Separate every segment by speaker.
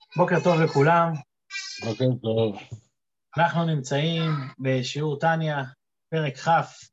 Speaker 1: בוקר טוב לכולם.
Speaker 2: בוקר טוב.
Speaker 1: אנחנו נמצאים בשיעור תניה, פרק כ'.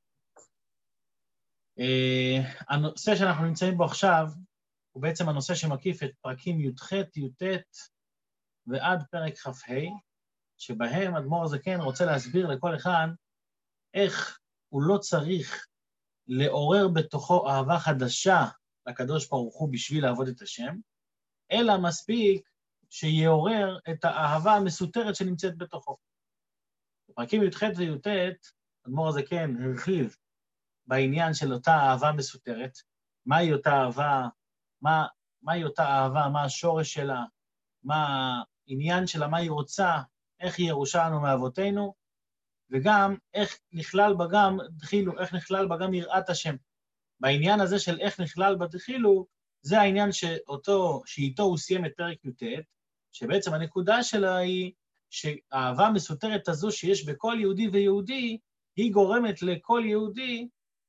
Speaker 1: הנושא שאנחנו נמצאים בו עכשיו הוא בעצם הנושא שמקיף את פרקים י"ח, י"ט ועד פרק כ"ה, שבהם אדמו"ר הזקן רוצה להסביר לכל אחד איך הוא לא צריך לעורר בתוכו אהבה חדשה לקדוש ברוך הוא בשביל לעבוד את השם, אלא מספיק שיעורר את האהבה המסותרת שנמצאת בתוכו. בפרקים י"ח וי"ט, אדמו"ר הזקן הרחיב בעניין של אותה אהבה מסותרת, מהי אותה אהבה, מהי אותה אהבה, מה השורש שלה, מה העניין שלה, מה היא רוצה, איך היא ירושה לנו מאבותינו, וגם איך נכלל בה גם דחילו, איך נכלל בה גם יראת השם. בעניין הזה של איך נכלל בה דחילו, זה העניין שאיתו הוא סיים את פרק י"ט, שבעצם הנקודה שלה היא שהאהבה המסותרת הזו שיש בכל יהודי ויהודי, היא גורמת לכל יהודי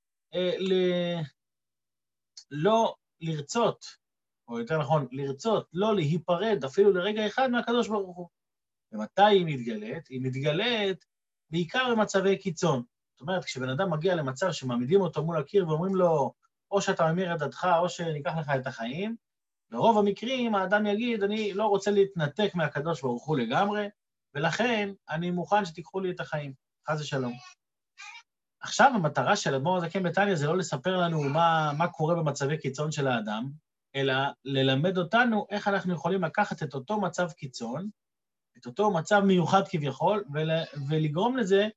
Speaker 1: לא לרצות, או יותר נכון, לרצות, לא להיפרד אפילו לרגע אחד מהקדוש ברוך הוא. ומתי היא מתגלית? היא מתגלית בעיקר במצבי קיצון. זאת אומרת, כשבן אדם מגיע למצב שמעמידים אותו מול הקיר ואומרים לו, או שאתה ממיר את דתך, או שניקח לך את החיים, ברוב המקרים האדם יגיד, אני לא רוצה להתנתק מהקדוש ברוך הוא לגמרי, ולכן אני מוכן שתיקחו לי את החיים. חס ושלום. עכשיו המטרה של אדמו"ר הזקן בתניא זה לא לספר לנו מה קורה במצבי קיצון של האדם, אלא ללמד אותנו איך אנחנו יכולים לקחת את אותו מצב קיצון, את אותו מצב מיוחד כביכול, ולגרום לזה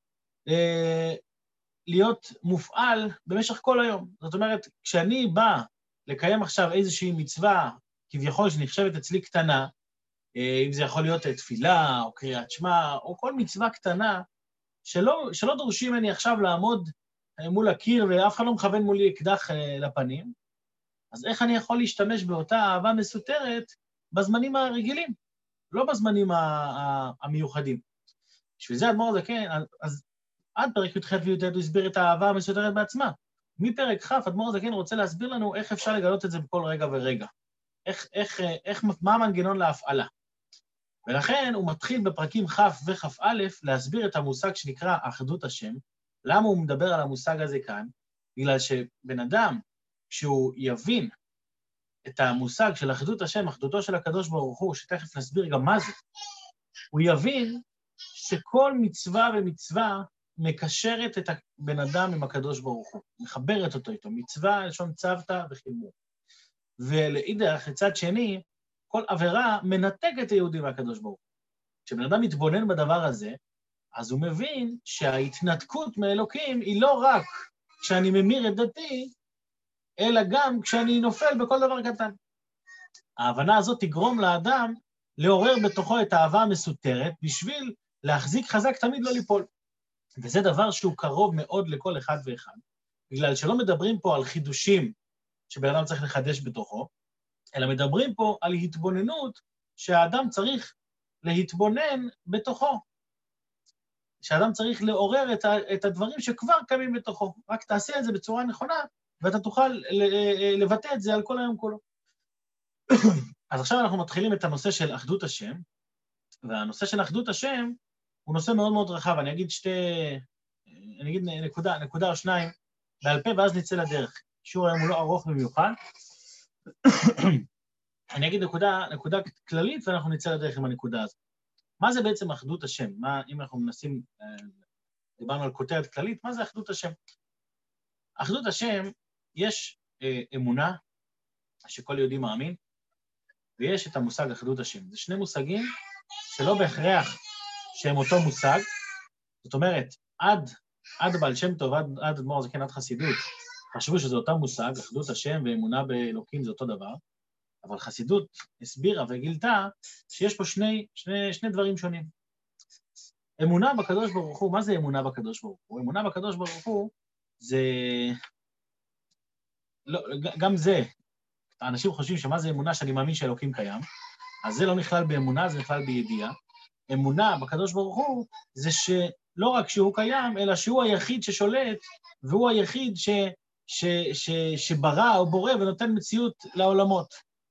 Speaker 1: להיות מופעל במשך כל היום. זאת אומרת, כשאני בא לקיים עכשיו איזושהי מצווה, כביכול שנחשבת אצלי קטנה, אם זה יכול להיות תפילה, או קריאת שמע, או כל מצווה קטנה, שלא דורשים ממני עכשיו לעמוד מול הקיר, ואף אחד לא מכוון מולי אקדח לפנים, אז איך אני יכול להשתמש באותה אהבה מסותרת בזמנים הרגילים, לא בזמנים המיוחדים. בשביל זה אדמו"ר הזקן, אז עד פרק י"ח וי"ט הוא הסביר את האהבה המסותרת בעצמה. מפרק כ' אדמו"ר הזקן רוצה להסביר לנו איך אפשר לגלות את זה בכל רגע ורגע. מה המנגנון להפעלה. ולכן הוא מתחיל בפרקים כ' וכ"א להסביר את המושג שנקרא אחדות השם. למה הוא מדבר על המושג הזה כאן? בגלל שבן אדם, כשהוא יבין את המושג של אחדות השם, אחדותו של הקדוש ברוך הוא, שתכף נסביר גם מה זה, הוא יבין שכל מצווה ומצווה מקשרת את הבן אדם עם הקדוש ברוך הוא, מחברת אותו איתו, מצווה, לשון צוותא וחיבור. ולאידך, לצד שני, כל עבירה מנתקת את היהודי מהקדוש ברוך הוא. כשבן אדם מתבונן בדבר הזה, אז הוא מבין שההתנתקות מאלוקים היא לא רק כשאני ממיר את דתי, אלא גם כשאני נופל בכל דבר קטן. ההבנה הזאת תגרום לאדם לעורר בתוכו את האהבה המסותרת, בשביל להחזיק חזק תמיד לא ליפול. וזה דבר שהוא קרוב מאוד לכל אחד ואחד, בגלל שלא מדברים פה על חידושים שבן אדם צריך לחדש בתוכו, אלא מדברים פה על התבוננות שהאדם צריך להתבונן בתוכו. שהאדם צריך לעורר את הדברים שכבר קמים בתוכו. רק תעשה את זה בצורה נכונה, ואתה תוכל לבטא את זה על כל היום כולו. אז עכשיו אנחנו מתחילים את הנושא של אחדות השם, והנושא של אחדות השם הוא נושא מאוד מאוד רחב. אני אגיד נקודה או שניים בעל פה, ואז נצא לדרך. שיעור היום הוא לא ארוך במיוחד. אני אגיד נקודה כללית, ואנחנו נצא לדרך עם הנקודה הזאת. מה זה בעצם אחדות השם? אם אנחנו מנסים, דיברנו על כותרת כללית, מה זה אחדות השם? אחדות השם, יש אמונה שכל יהודי מאמין, ויש את המושג אחדות השם. זה שני מושגים שלא בהכרח שהם אותו מושג. זאת אומרת, עד בעל שם טוב, עד אדמו"ר הזקן, עד חסידות, חשבו שזה אותו מושג, אחדות השם ואמונה באלוקים זה אותו דבר, אבל חסידות הסבירה וגילתה שיש פה שני דברים שונים. אמונה בקדוש ברוך הוא, מה זה אמונה בקדוש ברוך הוא? אמונה בקדוש ברוך הוא זה... לא, גם זה, האנשים חושבים שמה זה אמונה שאני מאמין שאלוקים קיים, אז זה לא נכלל באמונה, זה נכלל בידיעה. אמונה בקדוש ברוך הוא זה שלא רק שהוא קיים, אלא שהוא היחיד ששולט, והוא היחיד שברא או בורא ונותן מציאות לעולמות.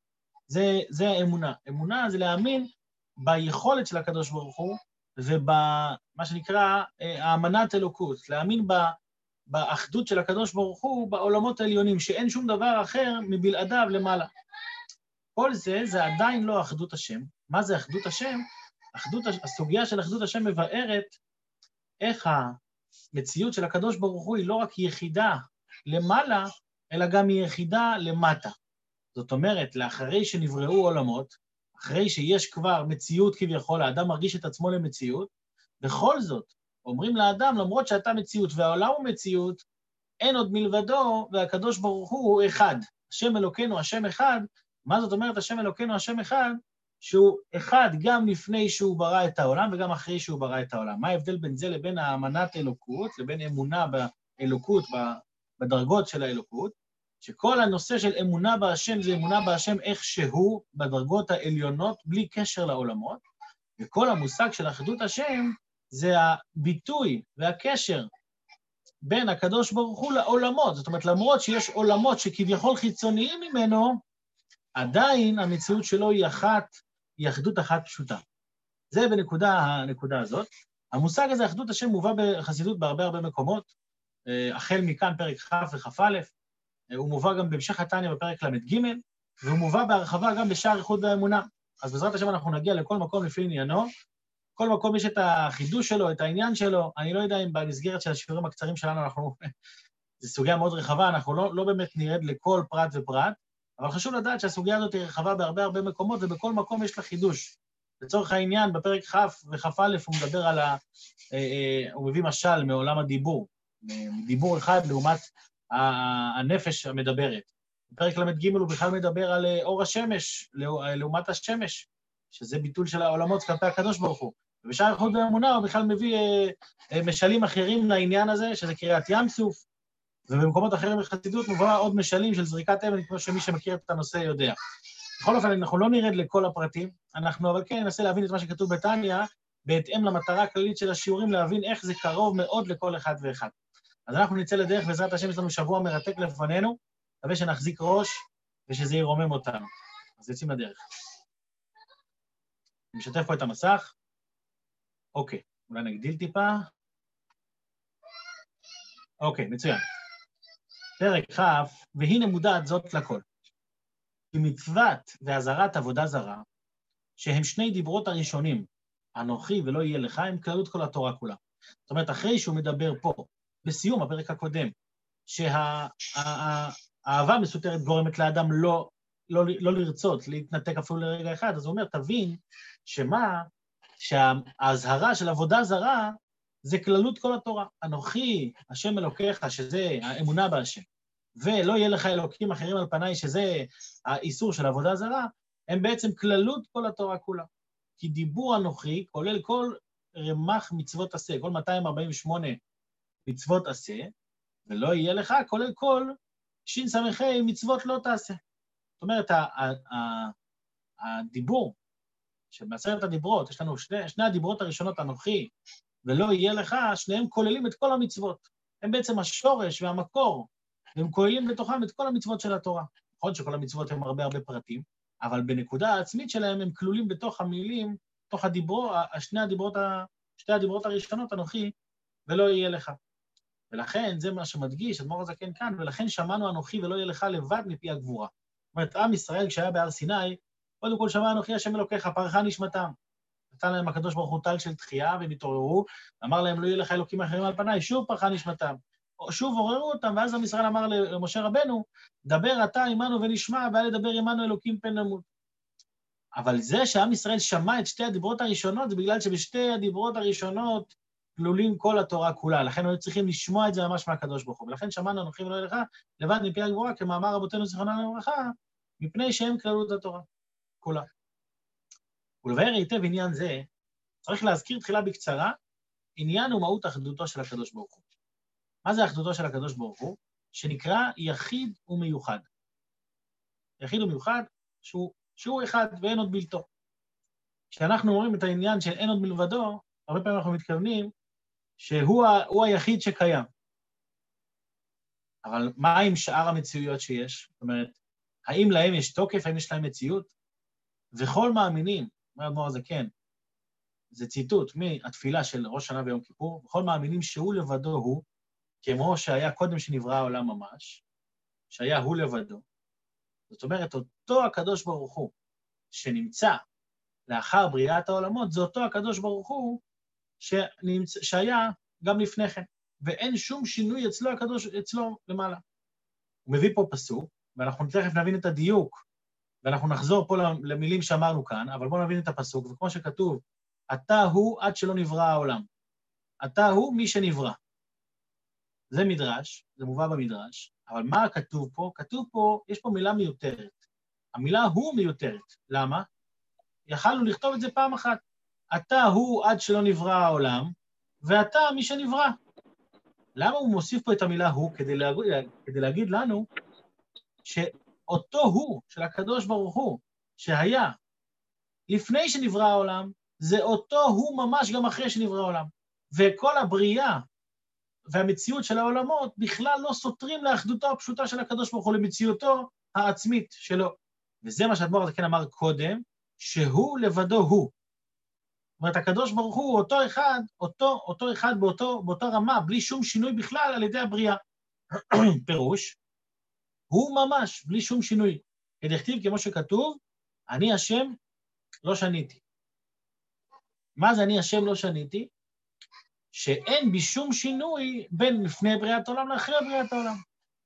Speaker 1: זה האמונה. אמונה זה להאמין ביכולת של הקדוש ברוך הוא, ובמה שנקרא האמנת אלוקות, להאמין באחדות של הקדוש ברוך הוא בעולמות העליונים, שאין שום דבר אחר מבלעדיו למעלה. כל זה עדיין לא אחדות השם. מה זה אחדות השם? הסוגיה של אחדות השם מבארת איך המציאות של הקדוש ברוך הוא היא לא רק יחידה למעלה, אלא גם היא יחידה למטה. זאת אומרת, לאחרי שנבראו עולמות, אחרי שיש כבר מציאות כביכול, האדם מרגיש את עצמו למציאות, בכל זאת, אומרים לאדם, למרות שאתה מציאות והעולם הוא מציאות, אין עוד מלבדו, והקדוש ברוך הוא אחד. השם אלוקינו, השם אחד. מה זאת אומרת השם אלוקינו, השם אחד? שהוא אחד גם לפני שהוא ברא את העולם וגם אחרי שהוא ברא את העולם. מה ההבדל בין זה לבין האמנת אלוקות, לבין אמונה באלוקות, בדרגות של האלוקות? שכל הנושא של אמונה בהשם זה אמונה בהשם איך שהוא בדרגות העליונות בלי קשר לעולמות, וכל המושג של אחדות השם זה הביטוי והקשר בין הקדוש ברוך הוא לעולמות. זאת אומרת, למרות שיש עולמות שכביכול חיצוניים ממנו, עדיין המציאות שלו היא אחדות אחת פשוטה. זה הנקודה הזאת. המושג הזה, אחדות השם, מובא בחסידות בהרבה מקומות, החל מכאן פרק כ' וכ"א, הוא מובא גם בהמשך התניא בפרק ל"ג, והוא מובא בהרחבה גם בשער איחוד והאמונה. אז בעזרת השם אנחנו נגיע לכל מקום לפי עניינו, כל מקום יש את החידוש שלו, את העניין שלו. אני לא יודע אם במסגרת של השיעורים הקצרים שלנו זו סוגיה מאוד רחבה, אנחנו לא באמת נרד לכל פרט ופרט, אבל חשוב לדעת שהסוגיה הזאת היא רחבה בהרבה מקומות, ובכל מקום יש לה חידוש. לצורך העניין, בפרק כ' וכ"א הוא מדבר הוא מביא משל מעולם הדיבור, דיבור אחד לעומת הנפש המדברת. בפרק ל"ג הוא בכלל מדבר על אור השמש, לעומת השמש, שזה ביטול של העולמות כלפי הקדוש ברוך הוא. ובשער איחוד והאמונה הוא בכלל מביא משלים אחרים לעניין הזה, שזה קריאת ים סוף, ובמקומות אחרים בחסידות מובא עוד משלים של זריקת אבן, כמו שמי שמכיר את הנושא יודע. בכל אופן, אנחנו לא נרד לכל הפרטים, אנחנו אבל כן ננסה להבין את מה שכתוב בתניא, בהתאם למטרה הכללית של השיעורים, להבין איך זה קרוב מאוד לכל אחד ואחד. אז אנחנו נצא לדרך, בעזרת השם יש לנו שבוע מרתק לפנינו, מקווה שנחזיק ראש ושזה ירומם אותנו. אז יוצאים לדרך. אני משתף פה את המסך. אוקיי, אולי נגדיל טיפה. אוקיי, מצוין. פרק כ', והנה מודעת זאת לכל. במצוות והזרת עבודה זרה, שהם שני דיברות הראשונים, אנוכי ולא יהיה לך, הם כללות כל התורה כולה. זאת אומרת, אחרי שהוא מדבר פה, בסיום הפרק הקודם, שהאהבה מסותרת גורמת לאדם לא לרצות, להתנתק אפילו לרגע אחד, אז הוא אומר, תבין שההזהרה של עבודה זרה, זה כללות כל התורה. אנוכי, השם אלוקיך, שזה האמונה בהשם, ולא יהיה לך אלוקים אחרים על פניי, שזה האיסור של עבודה זרה, הם בעצם כללות כל התורה כולה. כי דיבור אנוכי כולל כל רמ"ח מצוות עשה, כל 248 מצוות עשה, ולא יהיה לך כולל כל ש"ס מצוות לא תעשה. זאת אומרת, הדיבור, שבעשרת הדיברות, יש לנו שני הדיברות הראשונות, אנוכי ולא יהיה לך, שניהם כוללים את כל המצוות. הם בעצם השורש והמקור, והם כוללים בתוכם את כל המצוות של התורה. נכון שכל המצוות הם הרבה פרטים, אבל בנקודה העצמית שלהם הם כלולים בתוך המילים, בתוך שתי הדיברות הראשונות, אנוכי ולא יהיה לך. ולכן זה מה שמדגיש, אדמו"ר הזקן כאן, ולכן שמענו אנוכי ולא יהיה לך לבד מפי הגבורה. זאת אומרת, עם ישראל כשהיה בהר סיני, קודם כל שמע אנוכי השם אלוקיך, פרחה נשמתם. נתן להם הקדוש ברוך הוא טל של תחייה, והם התעוררו, ואמר להם, לא יהיה לך אלוקים אחרים על פניי, שוב פרחה נשמתם. שוב עוררו אותם, ואז עם ישראל אמר למשה רבנו, דבר אתה עמנו ונשמע, ואל ידבר עמנו אלוקים פן נמות. אבל זה שעם ישראל שמע את שתי הדיברות הראשונות, זה בגלל שבשתי הדיברות הראשונות כלולים כל התורה כולה, לכן היו צריכים לשמוע את זה ממש מהקדוש ברוך הוא, ולכן שמענו אנוכי ולא יהיה לך לבד מפי הגבורה, כמאמר רבותינו זיכרונם לברכה, מפני שהם כללות התורה כולה. ולבאר היטב עניין זה, צריך להזכיר תחילה בקצרה, עניין ומהות אחדותו של הקדוש ברוך הוא. מה זה אחדותו של הקדוש ברוך הוא? שנקרא יחיד ומיוחד. יחיד ומיוחד שהוא אחד ואין עוד בלתו. כשאנחנו אומרים את העניין של אין עוד מלבדו, הרבה פעמים אנחנו מתכוונים שהוא היחיד שקיים. אבל מה עם שאר המציאויות שיש? זאת אומרת,
Speaker 2: האם להם יש תוקף, האם יש להם מציאות? וכל מאמינים, אומר אדמו"ר הזקן, זה ציטוט מהתפילה של ראש שנה ויום כיפור, וכל מאמינים שהוא לבדו הוא, כמו שהיה קודם שנברא העולם ממש, שהיה הוא לבדו. זאת אומרת, אותו הקדוש ברוך הוא, שנמצא לאחר בריאת העולמות, זה אותו הקדוש ברוך הוא שהיה גם לפני כן, ואין שום שינוי אצלו למעלה. הוא מביא פה פסוק, ואנחנו תכף נבין את הדיוק, ואנחנו נחזור פה למילים שאמרנו כאן, אבל בואו נבין את הפסוק, וכמו שכתוב, אתה הוא עד שלא נברא העולם. אתה הוא מי שנברא. זה מדרש, זה מובא במדרש, אבל מה כתוב פה? כתוב פה, יש פה מילה מיותרת. המילה הוא מיותרת. למה? יכלנו לכתוב את זה פעם אחת. אתה הוא עד שלא נברא העולם, ואתה מי שנברא. למה הוא מוסיף פה את המילה הוא? כדי להגיד לנו שאותו הוא של הקדוש ברוך הוא, שהיה לפני שנברא העולם, זה אותו הוא ממש גם אחרי שנברא העולם. וכל הבריאה והמציאות של העולמות בכלל לא סותרים לאחדותו הפשוטה של הקדוש ברוך הוא, למציאותו העצמית שלו. וזה מה שאדמו"ר הזקן אמר קודם, שהוא לבדו הוא. זאת אומרת, הקדוש ברוך הוא אותו אחד, אותו אחד באותה רמה, בלי שום שינוי בכלל על ידי הבריאה. פירוש, הוא ממש, בלי שום שינוי. כדכתיב כמו שכתוב, אני השם לא שניתי. מה זה אני השם לא שניתי? שאין בי שום שינוי בין לפני בריאת העולם לאחרי בריאת העולם.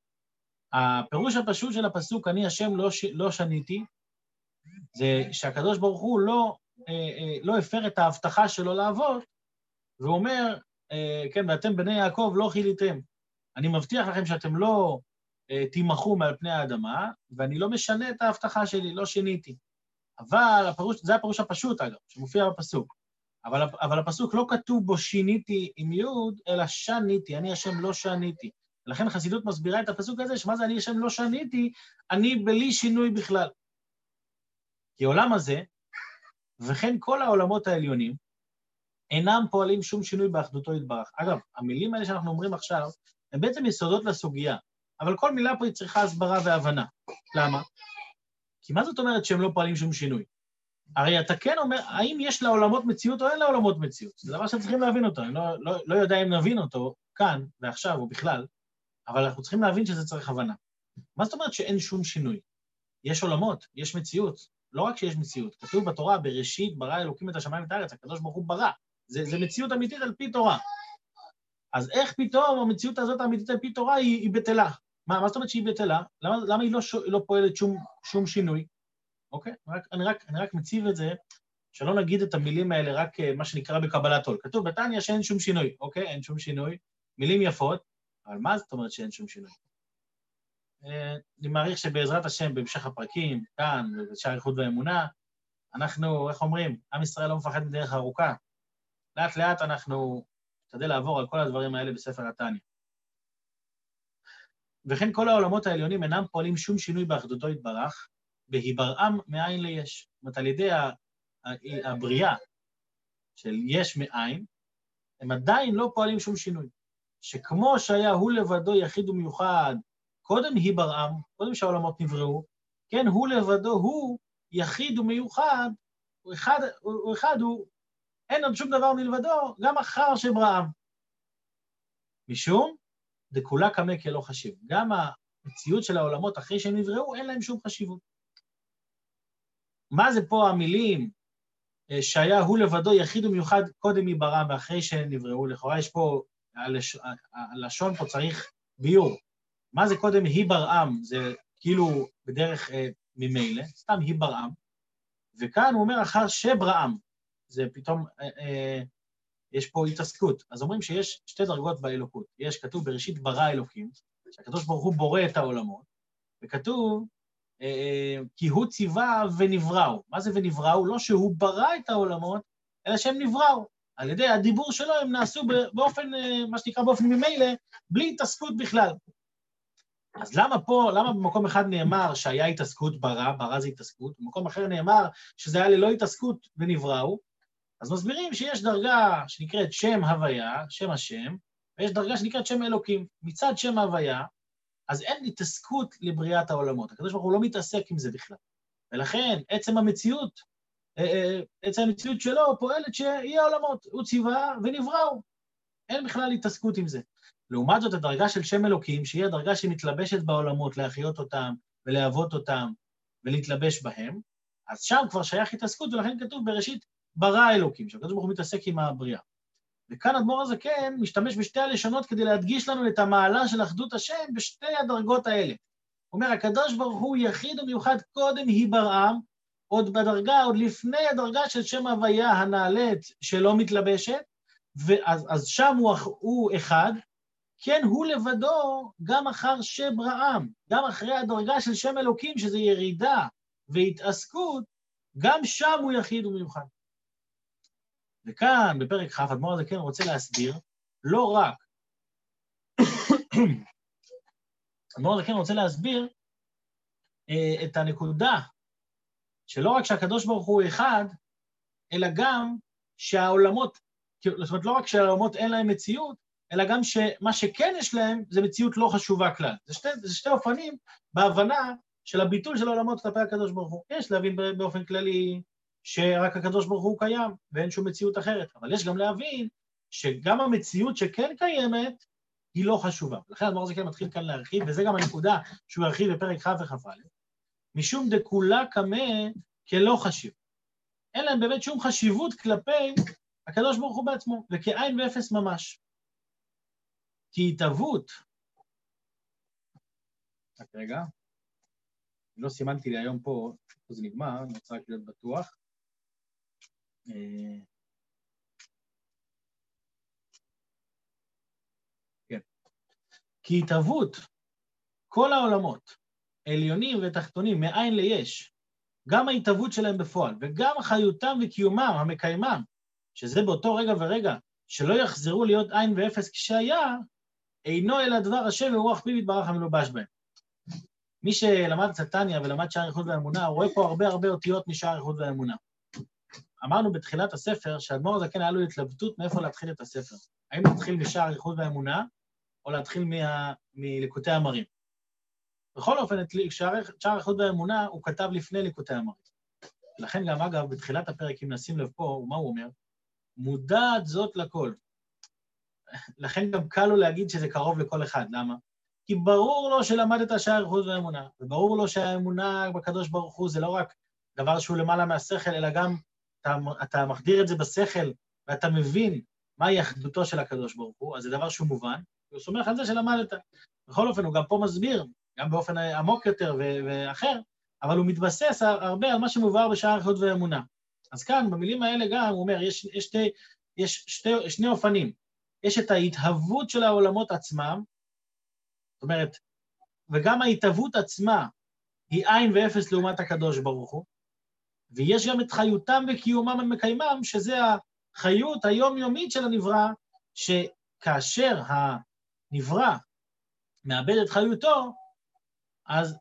Speaker 2: הפירוש הפשוט של הפסוק, אני השם לא שניתי, זה שהקדוש ברוך הוא לא הפר את ההבטחה שלו לעבוד, והוא אומר, כן, ואתם בני יעקב לא חיליתם. אני מבטיח לכם שאתם לא תימחו מעל פני האדמה, ואני לא משנה את ההבטחה שלי, לא שיניתי. אבל זה הפירוש הפשוט, אגב, שמופיע בפסוק. אבל הפסוק לא כתוב בו שיניתי עם יוד, אלא שניתי, אני השם לא שניתי. ולכן חסידות מסבירה את הפסוק הזה, שמה זה אני השם לא שניתי, אני בלי שינוי בכלל. כי העולם הזה, וכן כל העולמות העליונים, אינם פועלים שום שינוי באחדותו יתברך. אגב, המילים האלה שאנחנו אומרים עכשיו, הן בעצם יסודות לסוגיה, אבל כל מילה פה היא צריכה הסברה והבנה. למה? כי מה זאת אומרת שהם לא פועלים שום שינוי? הרי אתה כן אומר, האם יש לעולמות מציאות או אין לעולמות מציאות? זה דבר שצריכים להבין אותו, אני לא יודע אם נבין אותו כאן ועכשיו או בכלל, אבל אנחנו צריכים להבין שזה צריך הבנה. מה זאת אומרת שאין שום שינוי? יש עולמות, יש מציאות, לא רק שיש מציאות. כתוב בתורה, בראשית ברא אלוקים את השמיים ואת הארץ, הקדוש ברוך הוא ברא. זה מציאות אמיתית על פי תורה. אז איך פתאום המציאות הזאת האמיתית על פי תורה היא בטלה? מה זאת אומרת שהיא בטלה? למה היא לא פועלת שום שינוי? אוקיי? אני רק מציב את זה, שלא נגיד את המילים האלה רק מה שנקרא בקבלת עול. כתוב בתניא שאין שום שינוי, אוקיי? אין שום שינוי, מילים יפות, אבל מה זאת אומרת שאין שום שינוי? אני מעריך שבעזרת השם, בהמשך הפרקים, כאן, בשער איחוד והאמונה, אנחנו, איך אומרים, עם ישראל לא מפחד מדרך ארוכה. לאט לאט אנחנו נשתדל לעבור על כל הדברים האלה בספר התניא. וכן כל העולמות העליונים אינם פועלים שום שינוי באחדותו יתברך, בהיברעם מאין ליש. זאת אומרת, על ידי הבריאה של יש מאין, הם עדיין לא פועלים שום שינוי. שכמו שהיה הוא לבדו יחיד ומיוחד, קודם היברעם, קודם שהעולמות נבראו, כן, הוא לבדו הוא יחיד ומיוחד, אין עוד שום דבר מלבדו, גם אחר שבראם. משום, דכולה קמא כלא חשיב. גם המציאות של העולמות אחרי שהם נבראו, אין להם שום חשיבות. מה זה פה המילים שהיה הוא לבדו יחיד ומיוחד קודם היברעם ואחרי שהם נבראו? לכאורה יש פה, הלשון פה צריך ביור. מה זה קודם היברעם? זה כאילו בדרך ממילא, סתם היברעם. וכאן הוא אומר אחר שבראם. זה פתאום, יש פה התעסקות. אז אומרים שיש שתי דרגות באלוקות. יש, כתוב בראשית ברא אלוקים, שהקדוש ברוך הוא בורא את העולמות, וכתוב, כי הוא ציווה ונבראו. מה זה ונבראו? לא שהוא ברא את העולמות, אלא שהם נבראו. על ידי הדיבור שלו הם נעשו באופן, מה שנקרא באופן ממילא, בלי התעסקות בכלל. אז למה במקום אחד נאמר שהיה התעסקות ברא זה התעסקות, במקום אחר נאמר שזה היה ללא התעסקות ונבראו, אז מסבירים שיש דרגה שנקראת שם הוויה, שם השם, ויש דרגה שנקראת שם אלוקים. מצד שם הוויה,
Speaker 1: אז אין התעסקות לבריאת העולמות. הקדוש ברוך הוא לא מתעסק עם זה בכלל. ולכן עצם המציאות שלו פועלת שיהיה עולמות. הוא ציווה ונבראו. אין בכלל התעסקות עם זה. לעומת זאת, הדרגה של שם אלוקים, שהיא הדרגה שמתלבשת בעולמות, להחיות אותם ולהוות אותם ולהתלבש בהם, אז שם כבר שייך התעסקות, ולכן כתוב בראשית ברא אלוקים, שהקדוש ברוך הוא מתעסק עם הבריאה. וכאן אדמו"ר הזקן משתמש בשתי הלשונות כדי להדגיש לנו את המעלה של אחדות השם בשתי הדרגות האלה. הוא אומר, הקדוש ברוך הוא יחיד ומיוחד קודם היברעם, עוד בדרגה, עוד לפני הדרגה של שם הוויה הנעלית שלא מתלבשת, אז שם הוא אחד, כן הוא לבדו גם אחר שבראם, גם אחרי הדרגה של שם אלוקים, שזה ירידה והתעסקות, גם שם הוא יחיד ומיוחד. וכאן, בפרק כ', אדמו"ר הזקן רוצה להסביר, לא רק, אדמו"ר הזקן רוצה להסביר את הנקודה, שלא רק שהקדוש ברוך הוא אחד, אלא גם שהעולמות, זאת אומרת, לא רק שהעולמות אין להם מציאות, אלא גם שמה שכן יש להם, זה מציאות לא חשובה כלל. זה שתי אופנים בהבנה של הביטול של העולמות כלפי הקדוש ברוך הוא. יש להבין באופן כללי שרק הקדוש ברוך הוא קיים, ואין שום מציאות אחרת. אבל יש גם להבין שגם המציאות שכן קיימת, היא לא חשובה. לכן אדמו"ר הזקן מתחיל כאן להרחיב, וזה גם הנקודה שהוא הרחיב בפרק כ' וכ"א. משום דכולה קמה כלא חשיב. אין להם באמת שום חשיבות כלפי הקדוש ברוך הוא בעצמו, וכעין ואפס ממש. כי התהוות, רק רגע, לא סימנתי לי היום פה, זה נגמר, אני רוצה רק להיות בטוח. כן. כי התהוות, כל העולמות, עליונים ותחתונים, מאין ליש, גם ההתהוות שלהם בפועל, וגם חיותם וקיומם, המקיימם, שזה באותו רגע ורגע, שלא יחזרו להיות עין ואפס כשהיה, אינו אלא דבר השם ורוח פיו יתברך המלובש בהם. מי שלמד קצת תניא ולמד שער ייחוד והאמונה, רואה פה הרבה אותיות משער ייחוד והאמונה. אמרנו בתחילת הספר שהאדמו"ר הזקן היה לו התלבטות מאיפה להתחיל את הספר. האם להתחיל משער ייחוד והאמונה, או להתחיל מליקוטי המרים. בכל אופן, שער ייחוד והאמונה הוא כתב לפני ליקוטי המרים. לכן גם אגב, בתחילת הפרק, אם נשים לב פה, מה הוא אומר? מודעת זאת לכל. לכן גם קל לו להגיד שזה קרוב לכל אחד. למה? כי ברור לו שלמד את השער ייחוד והאמונה, וברור לו שהאמונה בקדוש ברוך הוא זה לא רק דבר שהוא למעלה מהשכל, אלא גם אתה מחדיר את זה בשכל, ואתה מבין מהי אחדותו של הקדוש ברוך הוא, אז זה דבר שהוא מובן, והוא סומך על זה שלמדת. בכל אופן, הוא גם פה מסביר, גם באופן עמוק יותר ואחר, אבל הוא מתבסס הרבה על מה שמובהר בשער ייחוד והאמונה. אז כאן, במילים האלה גם, הוא אומר, יש שני אופנים. יש את ההתהוות של העולמות עצמם, זאת אומרת, וגם ההתהוות עצמה היא עין ואפס לעומת הקדוש ברוך הוא, ויש גם את חיותם וקיומם המקיימם, שזה החיות היומיומית של הנברא, שכאשר הנברא מאבד את חיותו, אז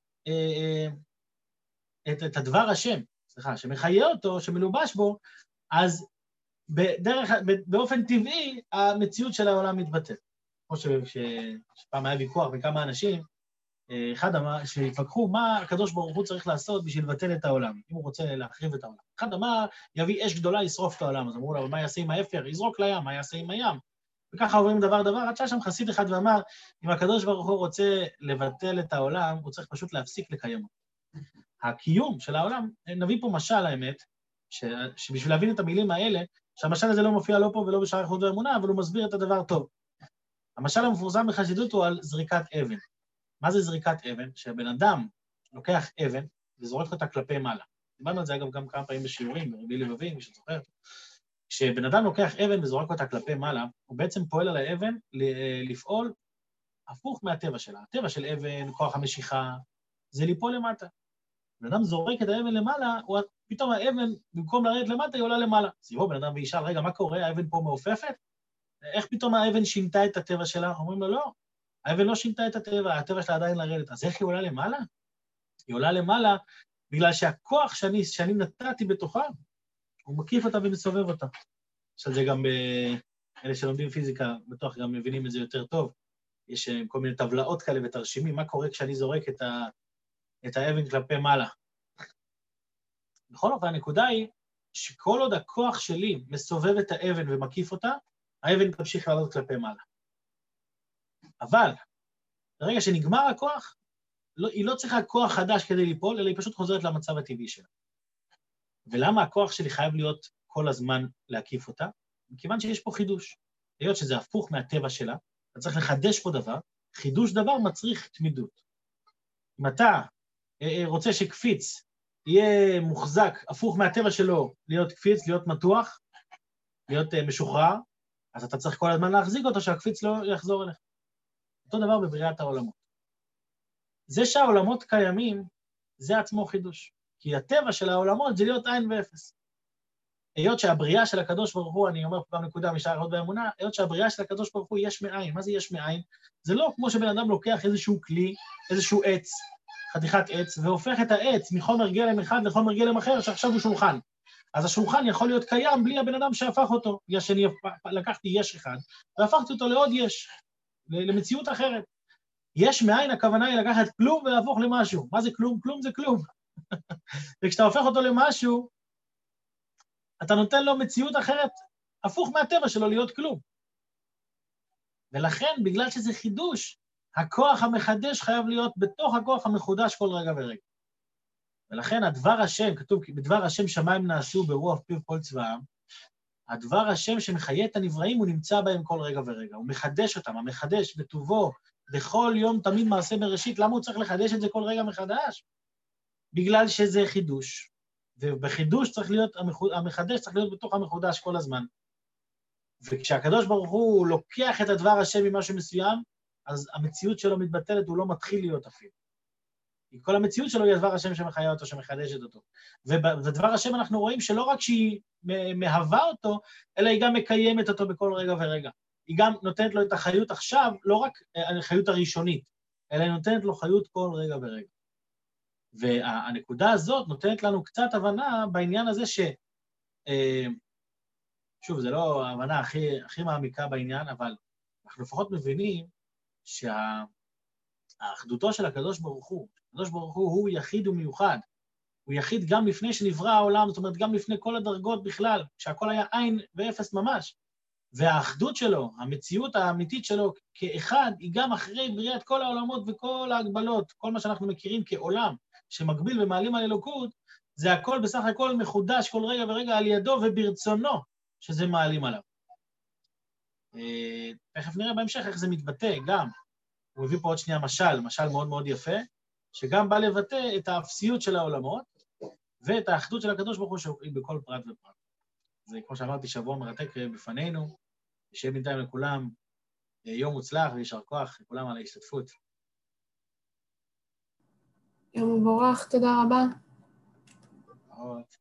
Speaker 1: את הדבר השם, שמחיה אותו, שמלובש בו, אז באופן טבעי המציאות של העולם מתבטאת. כמו שפעם היה ויכוח בכמה אנשים, אחד אמר, שהתווכחו מה הקדוש ברוך הוא צריך לעשות בשביל לבטל את העולם, אם הוא רוצה להחריב את העולם. אחד אמר, יביא אש גדולה, ישרוף את העולם. אז אמרו לו, מה יעשה עם האפר? יזרוק לים, מה יעשה עם הים? וככה עוברים דבר, עד שהיה שם חסיד אחד ואמר, אם הקדוש ברוך הוא רוצה לבטל את העולם, הוא צריך פשוט להפסיק לקיים אותו. הקיום של העולם, נביא פה משל האמת, שבשביל להבין את המילים האלה, שהמשל הזה לא מופיע לא פה ולא בשער ייחוד והאמונה, אבל הוא מסביר את הדבר טוב. המשל המפורסם בחסידות הוא על זריקת אבן. מה זה זריקת אבן? שבן אדם לוקח אבן וזורק אותה כלפי מעלה. דיברנו על זה אגב גם כמה פעמים בשיעורים, ברבי לבבים, מי שזוכר. כשבן אדם לוקח אבן וזורק אותה כלפי מעלה, הוא בעצם פועל על האבן לפעול הפוך מהטבע שלה. הטבע של אבן, כוח המשיכה, זה ליפול למטה. בן אדם זורק את האבן למעלה, פתאום האבן, במקום לרדת למטה, היא עולה למעלה. סביבו בן אדם וישאל, רגע, מה קורה? האבן פה מעופפת? איך פתאום האבן שינתה את הטבע שלה? אומרים לו, לא. האבן לא שינתה את הטבע שלה עדיין לרדת. אז איך היא עולה למעלה? היא עולה למעלה בגלל שהכוח שאני נתתי בתוכה, הוא מקיף אותה ומסובב אותה. עכשיו זה גם אלה שלומדים פיזיקה, בטוח גם מבינים את זה יותר טוב. יש כל מיני טבלאות כאלה ותרשימים, מה קורה כשאני זורק את האבן כלפי מעלה. בכל אופן, הנקודה היא שכל עוד הכוח שלי מסובב את האבן ומקיף אותה, האבן תמשיך לעלות כלפי מעלה. אבל, ברגע שנגמר הכוח, היא לא צריכה כוח חדש כדי ליפול, אלא היא פשוט חוזרת למצב הטבעי שלה. ולמה הכוח שלי חייב להיות כל הזמן להקיף אותה? מכיוון שיש פה חידוש. היות שזה הפוך מהטבע שלה, אתה צריך לחדש פה דבר, חידוש דבר מצריך תמידות. אם אתה רוצה שקפיץ יהיה מוחזק, הפוך מהטבע שלו, להיות קפיץ, להיות מתוח, להיות משוחרר, אז אתה צריך כל הזמן להחזיק אותו, שהקפיץ לא יחזור אליך. אותו דבר בבריאת העולמות. זה שהעולמות קיימים, זה עצמו חידוש. כי הטבע של העולמות זה להיות עין ואפס. היות שהבריאה של הקדוש ברוך הוא, אני אומר פה גם נקודה משאר הוד באמונה, היות שהבריאה של הקדוש ברוך הוא יש מאין. מה זה יש מאין? זה לא כמו שבן אדם לוקח איזשהו כלי, איזשהו עץ, חתיכת עץ, והופך את העץ מחומר גלם אחד לחומר גלם אחר, שעכשיו הוא שולחן. אז השולחן יכול להיות קיים בלי הבן אדם שהפך אותו. שאני לקחתי יש אחד, והפכתי אותו לעוד יש, למציאות אחרת. יש מאין, הכוונה היא לקחת כלום ולהפוך למשהו. מה זה כלום? כלום זה כלום. וכשאתה הופך אותו למשהו, אתה נותן לו מציאות אחרת, הפוך מהטבע שלו להיות כלום. ולכן, בגלל שזה חידוש, הכוח המחדש חייב להיות בתוך הכוח המחודש כל רגע ורגע. ולכן הדבר השם, כתוב, בדבר השם שמיים נעשו ברוח פיו כל צבאם, הדבר השם שמחיה את הנבראים, הוא נמצא בהם כל רגע ורגע, הוא מחדש אותם, המחדש בטובו, בכל יום תמיד מעשה בראשית, למה הוא צריך לחדש את זה כל רגע מחדש? בגלל שזה חידוש, ובחידוש צריך להיות, המחדש צריך להיות בתוך המחודש כל הזמן. וכשהקדוש ברוך הוא לוקח את הדבר השם ממשהו מסוים, אז המציאות שלו מתבטלת, הוא לא מתחיל להיות אפילו. כי כל המציאות שלו היא הדבר השם שמחיה אותו, שמחדשת אותו. ובדבר השם אנחנו רואים שלא רק שהיא מהווה אותו, אלא היא גם מקיימת אותו בכל רגע ורגע. היא גם נותנת לו את החיות עכשיו, לא רק החיות הראשונית, אלא היא נותנת לו חיות כל רגע ורגע. והנקודה הזאת נותנת לנו קצת הבנה בעניין הזה שוב, זה לא ההבנה הכי מעמיקה בעניין, אבל אנחנו לפחות מבינים שהאחדותו של הקדוש ברוך הוא, הקדוש ברוך הוא יחיד ומיוחד, הוא יחיד גם לפני שנברא העולם, זאת אומרת גם לפני כל הדרגות בכלל, כשהכל היה עין ואפס ממש, והאחדות שלו, המציאות האמיתית שלו כאחד, היא גם אחרי בריאת כל העולמות וכל ההגבלות, כל מה שאנחנו מכירים כעולם, שמקביל ומעלים על אלוקות, זה הכל בסך הכל מחודש כל רגע ורגע על ידו וברצונו, שזה מעלים עליו. תכף נראה בהמשך איך זה מתבטא, גם. הוא הביא פה עוד שנייה משל מאוד מאוד יפה, שגם בא לבטא את האפסיות של העולמות, ואת האחדות של הקדוש ברוך הוא שהיא בכל פרט ופרט. זה, כמו שאמרתי, שבוע מרתק בפנינו, שיהיה בינתיים לכולם יום מוצלח וישר כוח לכולם על ההשתתפות.
Speaker 3: יום מבורך, תודה רבה.